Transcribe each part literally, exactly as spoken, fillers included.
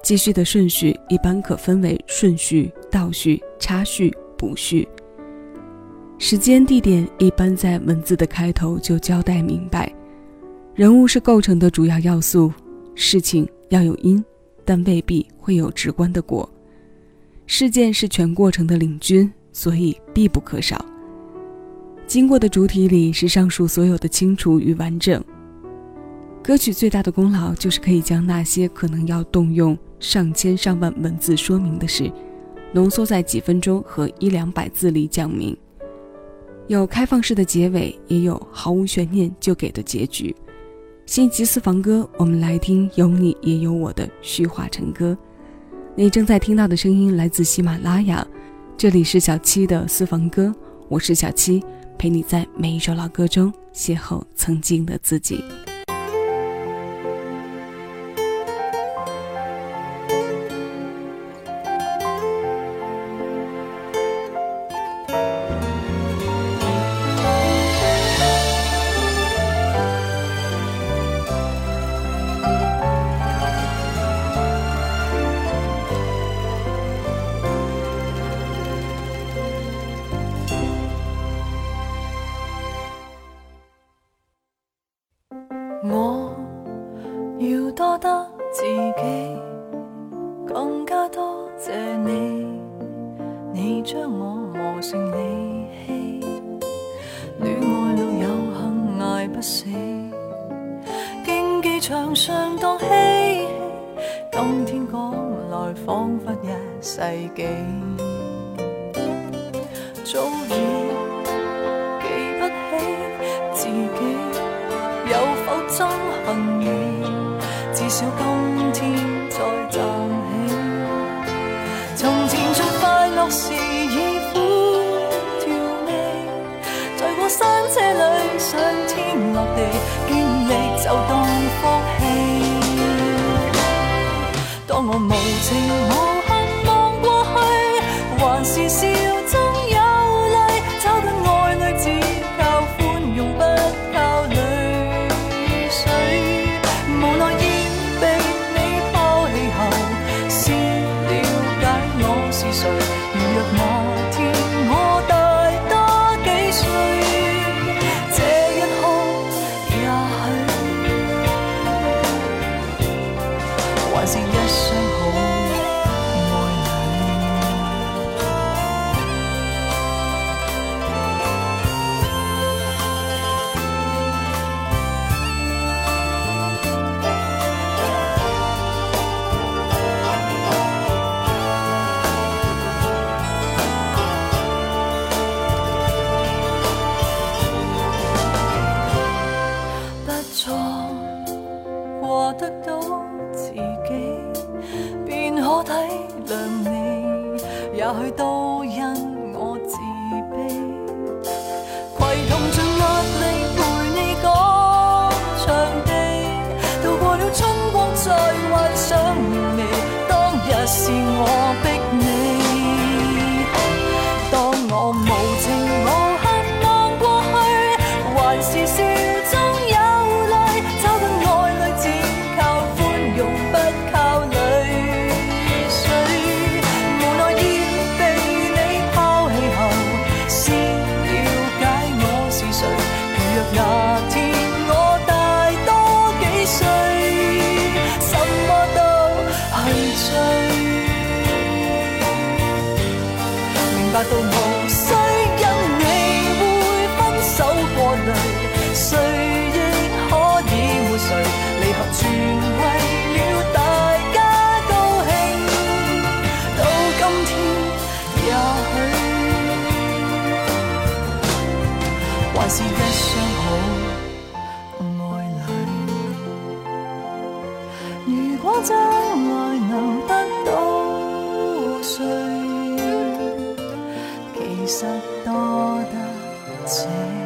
记叙的顺序一般可分为顺序、倒叙、插叙、补叙。时间、地点一般在文字的开头就交代明白。人物是构成的主要要素，事情要有因，但未必会有直观的果。事件是全过程的领军，所以必不可少。经过的主体里是上述所有的清楚与完整。歌曲最大的功劳就是可以将那些可能要动用上千上万文字说明的事，浓缩在几分钟和一两百字里讲明。有开放式的结尾，也有毫无悬念就给的结局。新一集私房歌，我们来听有你也有我的虚化成歌。你正在听到的声音来自喜马拉雅，这里是小七的私房歌，我是小七，陪你在每一首老歌中邂逅曾经的自己。 我要多得自己，更加多謝你，你將我磨成利器，戀愛路有幸捱不死，競技場上當嬉戲，今天講來彷彿一世紀，早已記不起自己有否憎恨你，至少今天再站起。從前最快樂時已苦調味，在過山車裏上天落地，經歷就當福氣。當我無情無恨望過去，還是笑中有淚，找到愛侶只靠寬容不靠淚。如若那天我大多幾歲，這一刻也許還是一雙好愛得到自己，便可體諒你，也許都因我自卑，攜同盡壓力陪你趕場地，渡過了春光再幻想你，當日是我逼你，當我無情無恨望過去，還是笑中有淚，找到愛侶只不靠淚水，無奈已被你拋棄後，先了解我是誰。如若那天我大多幾歲，什麼都係罪，明白到無需因你會分手過淚，誰亦可以沒誰，離合全為大家高興，到今天也許還是一雙好愛侶。如果將來能得到誰，其實多得這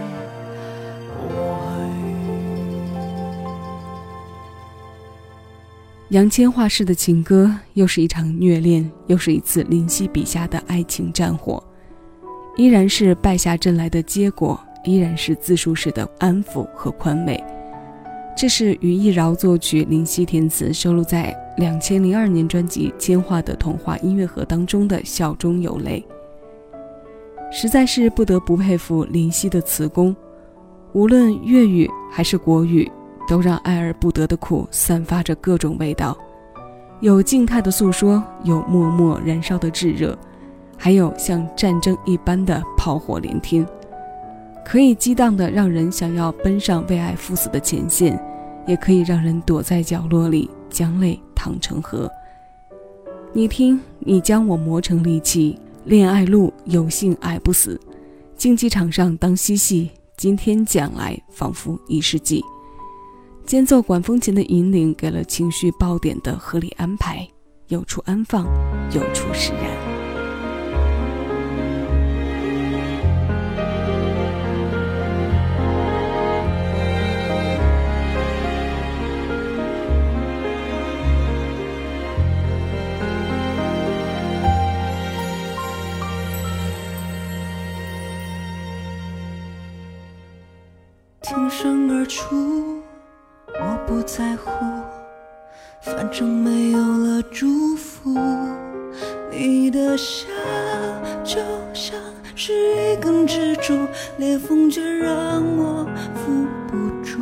杨千嬅式的情歌，又是一场虐恋，又是一次林夕笔下的爱情战火，依然是败下阵来的结果，依然是自述式的安抚和宽慰。这是于一饶作曲，林夕填词，收录在两千零二年专辑《千华的童话音乐盒》当中的笑中有泪。实在是不得不佩服林夕的词功，无论粤语还是国语，都让爱而不得的苦散发着各种味道，有静态的诉说，有默默燃烧的炙热，还有像战争一般的炮火连天，可以激荡的让人想要奔上为爱赴死的前线，也可以让人躲在角落里将泪淌成河。你听，你将我磨成利器，恋爱路有幸爱不死，竞技场上当嬉戏，今天讲来仿佛一世纪。间奏管风琴的引领给了情绪爆点的合理安排，有处安放，有处释然。 挺身而出，我不在乎，反正没有了祝福。你的笑就像是一根支柱，裂缝却让我扶不住。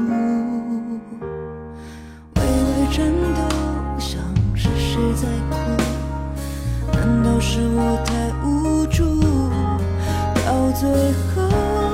微微颤抖，像是谁在哭，难道是我太无助？到最后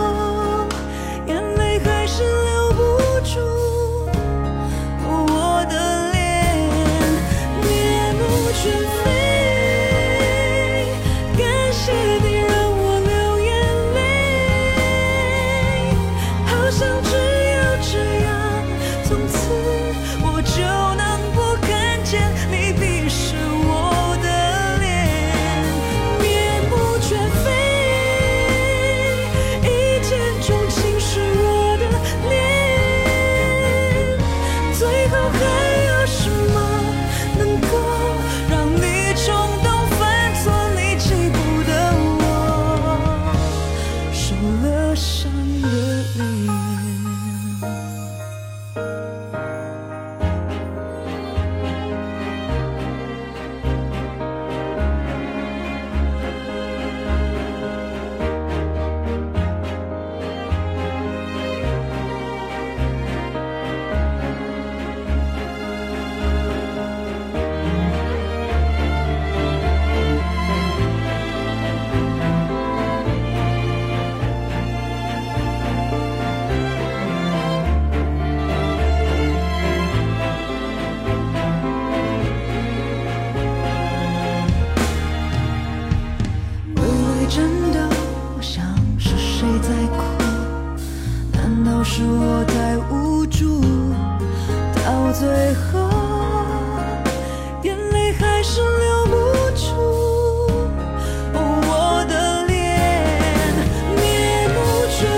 是我太无助，到最后眼泪还是留不住。哦，我的脸面目全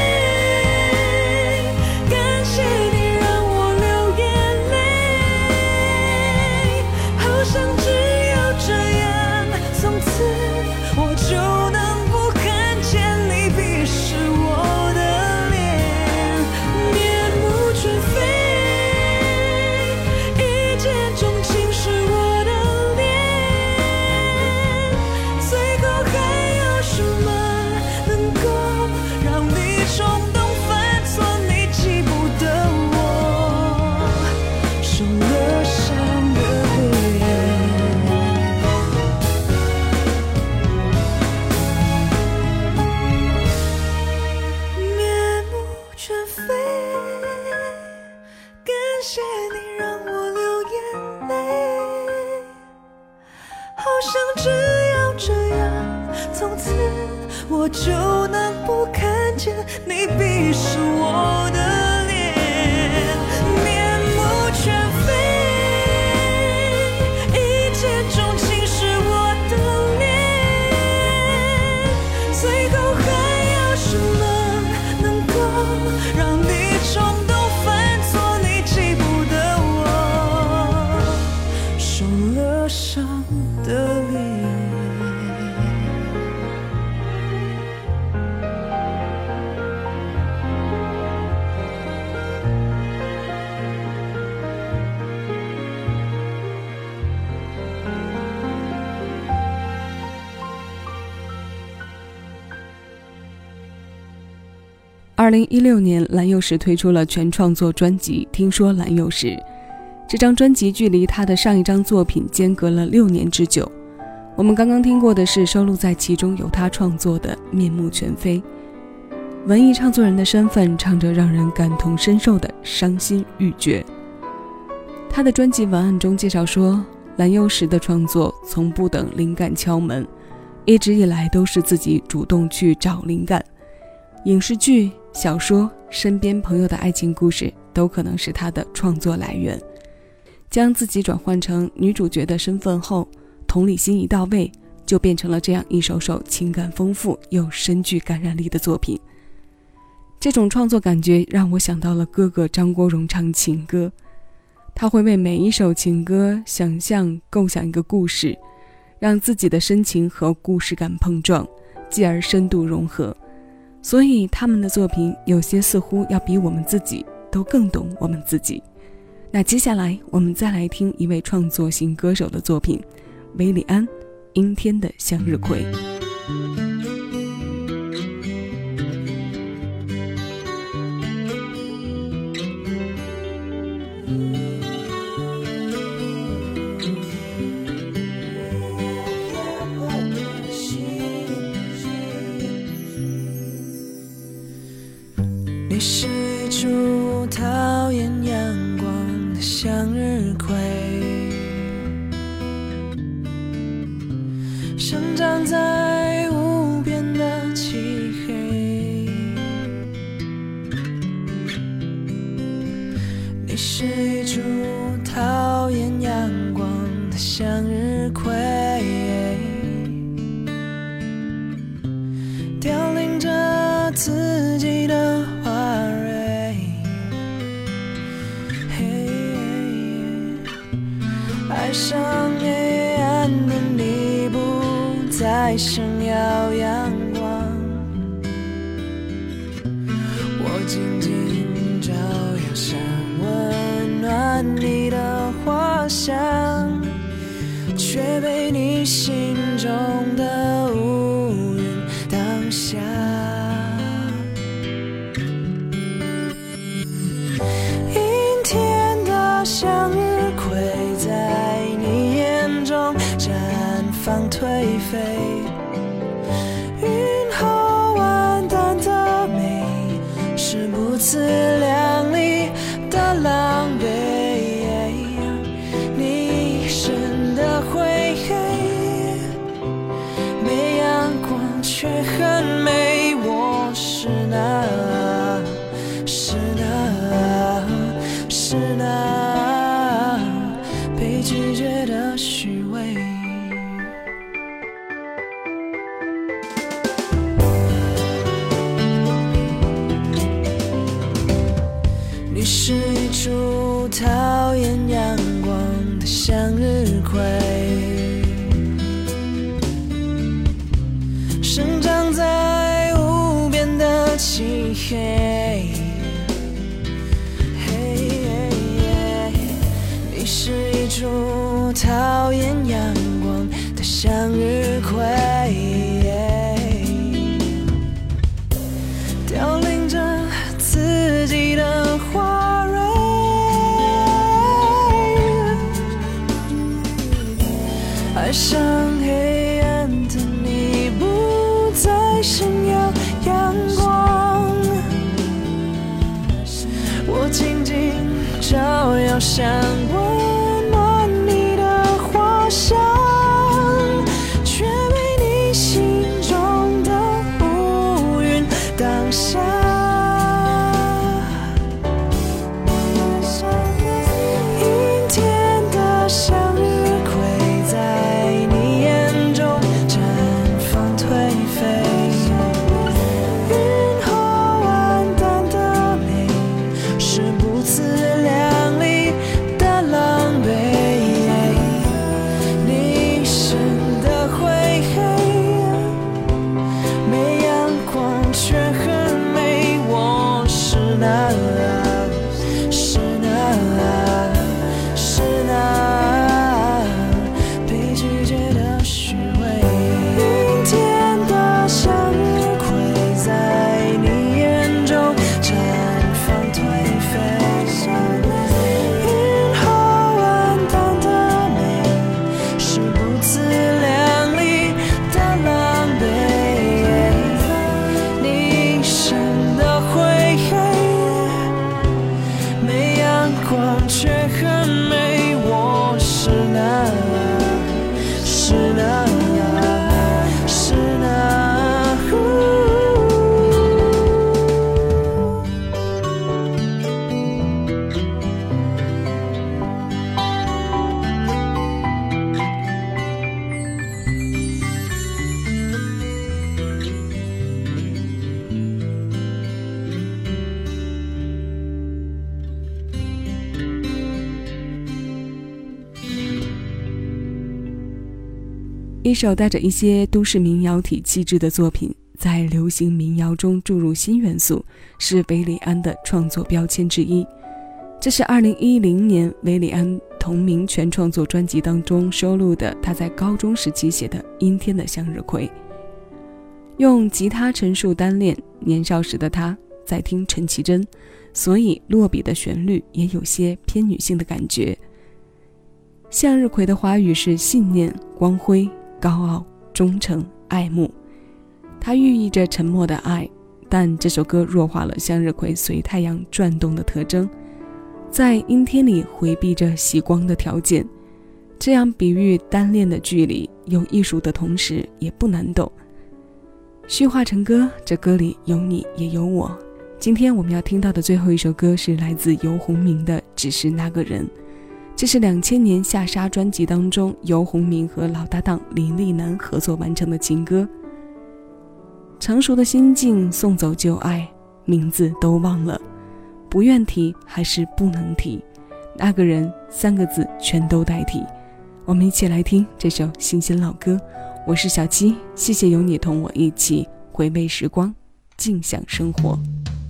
非，感谢你让我流眼泪，好像只有这样，从此我就能不看见你鄙视我的我就能不看见你鄙视我的脸，面目全非，一见钟情是我的脸，最后还有什么能够让你冲动犯错？你记不得我受了伤的脸。 二零一六年，蓝又时推出了全创作专辑《听说蓝又时》。这张专辑距离他的上一张作品间隔了六年之久。我们刚刚听过的是收录在其中由他创作的《面目全非》。文艺唱作人的身份，唱着让人感同身受的伤心欲绝。他的专辑文案中介绍说，蓝又时的创作从不等灵感敲门，一直以来都是自己主动去找灵感。影视剧、小说、身边朋友的爱情故事都可能是他的创作来源。将自己转换成女主角的身份后，同理心一到位，就变成了这样一首首情感丰富又深具感染力的作品。这种创作感觉让我想到了哥哥张国荣唱情歌，他会为每一首情歌想象构想一个故事，让自己的深情和故事感碰撞，继而深度融合。所以他们的作品有些似乎要比我们自己都更懂我们自己。那接下来我们再来听一位创作型歌手的作品，韦礼安《阴天的向日葵》。 你是一株讨厌阳光的向日葵，生长在无边的漆黑。你是一株讨厌阳光的向日葵，凋零着自己的花蕊，爱上黑暗的你不再想要阳光，我静静照耀想温暖你的花香，却被你心中的乌云挡下。阴天的向日葵在你眼中绽放颓废，云后暗淡的美是不自量力的狼狈，你一身的灰黑，没阳光却很美，我是那是那是那被拒绝的虚伪。你是一株讨厌阳光的向日葵，生长在无边的漆黑。你是一株讨厌阳光的向日葵，凋零着自己的花蕊，爱上黑暗的你不再想要阳光，我静静照耀想温暖你的花香，却被你心中的乌云挡下。阴天的向日葵在你眼中绽放颓废，云后暗淡的美是不自量力的一首带着一些都市民谣体气质的作品，在流行民谣中注入新元素，是韦礼安的创作标签之一。这是二零一零年韦礼安同名全创作专辑当中收录的他在高中时期写的《阴天的向日葵》。用吉他陈述单恋年少时的他在听陈绮贞，所以落笔的旋律也有些偏女性的感觉。向日葵的花语是信念、光辉、高傲、忠诚、爱慕，它寓意着沉默的爱，但这首歌弱化了向日葵随太阳转动的特征，在阴天里回避着喜光的条件，这样比喻单恋的距离，有艺术的同时也不难懂。虚化成歌，这歌里有你也有我。今天我们要听到的最后一首歌是来自游鸿明的《只是那个人》，这是两千年下沙专辑当中游鸿明和老搭档李立南合作完成的情歌。成熟的心境送走旧爱，名字都忘了，不愿提还是不能提，那个人三个字全都代替。我们一起来听这首新鲜老歌，我是小七，谢谢有你同我一起回味时光，尽享生活。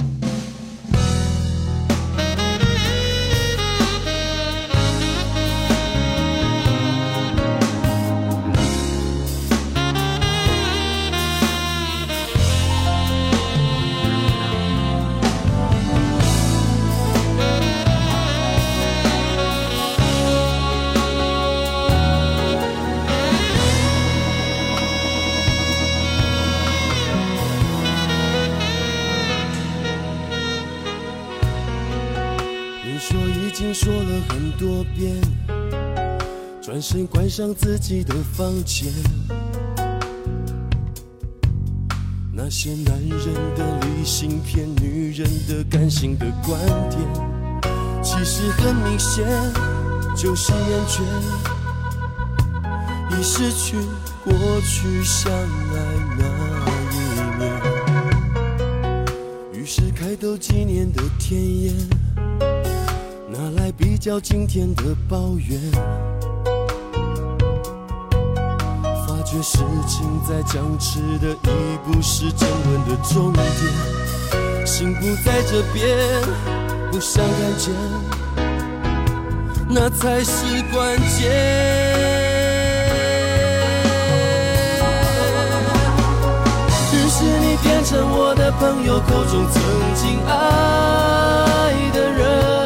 已经说了很多遍，转身关上自己的房间。那些男人的理性骗女人的感性的观点，其实很明显，就是厌倦，已失去过去相爱那一面。于是开头几年的甜言，拿来比较今天的抱怨，发觉事情在僵持的已不是争论的重点，心不在这边，不想看见，那才是关键。于是你变成我的朋友口中曾经爱的人，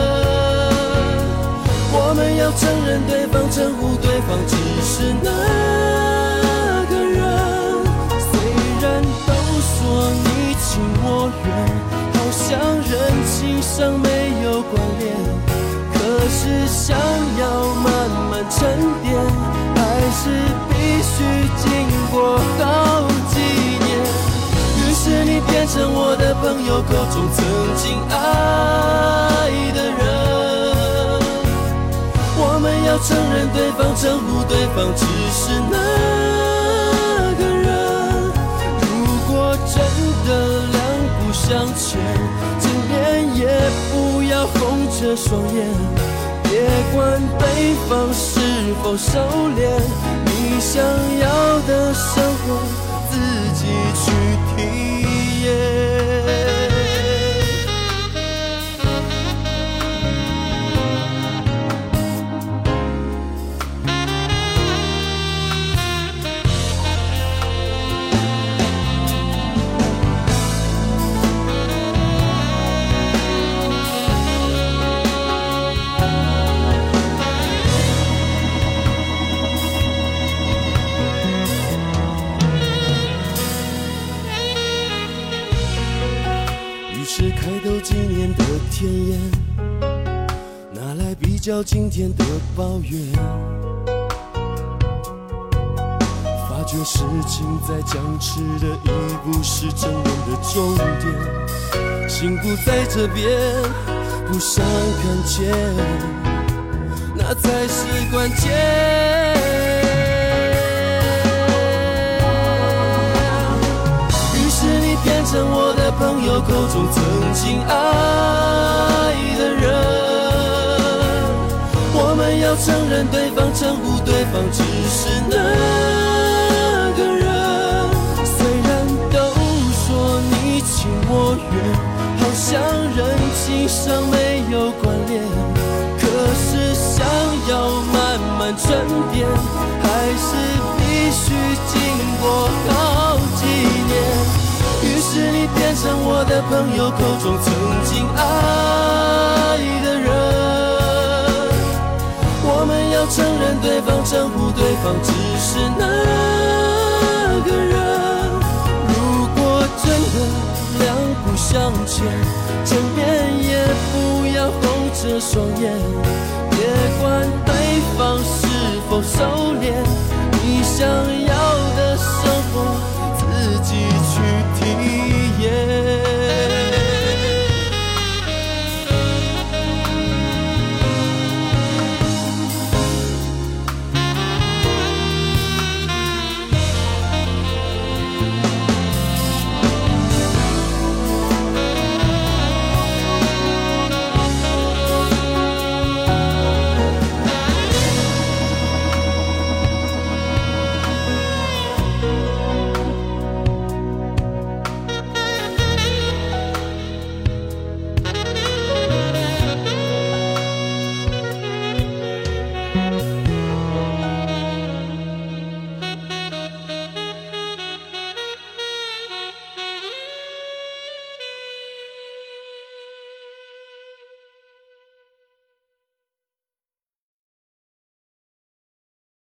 我们要承认对方，称呼对方只是那个人。虽然都说你情我愿，好像人情上没有关联，可是想要慢慢沉淀，还是必须经过好几年。于是你变成我的朋友口中曾经爱的人，我们要承认对方，称呼对方只是那个人。如果真的两不相欠，见面也不要红着双眼，别管对方是否收敛，你想要的生活自己去体验。开头几年的甜言，拿来比较今天的抱怨，发觉事情在僵持的已不是争论的重点，心不在这边，不想看见，那才是关键。变成我的朋友口中曾经爱的人，我们要承认对方，称呼对方只是那慢沉淀，还是必须经过好几年。于是你变成我的朋友口中曾经爱的人，我们要承认对方，称呼对方，只是那个人。如果真的两不相欠，见面也不要红着双眼，别管对方是否收敛，你想要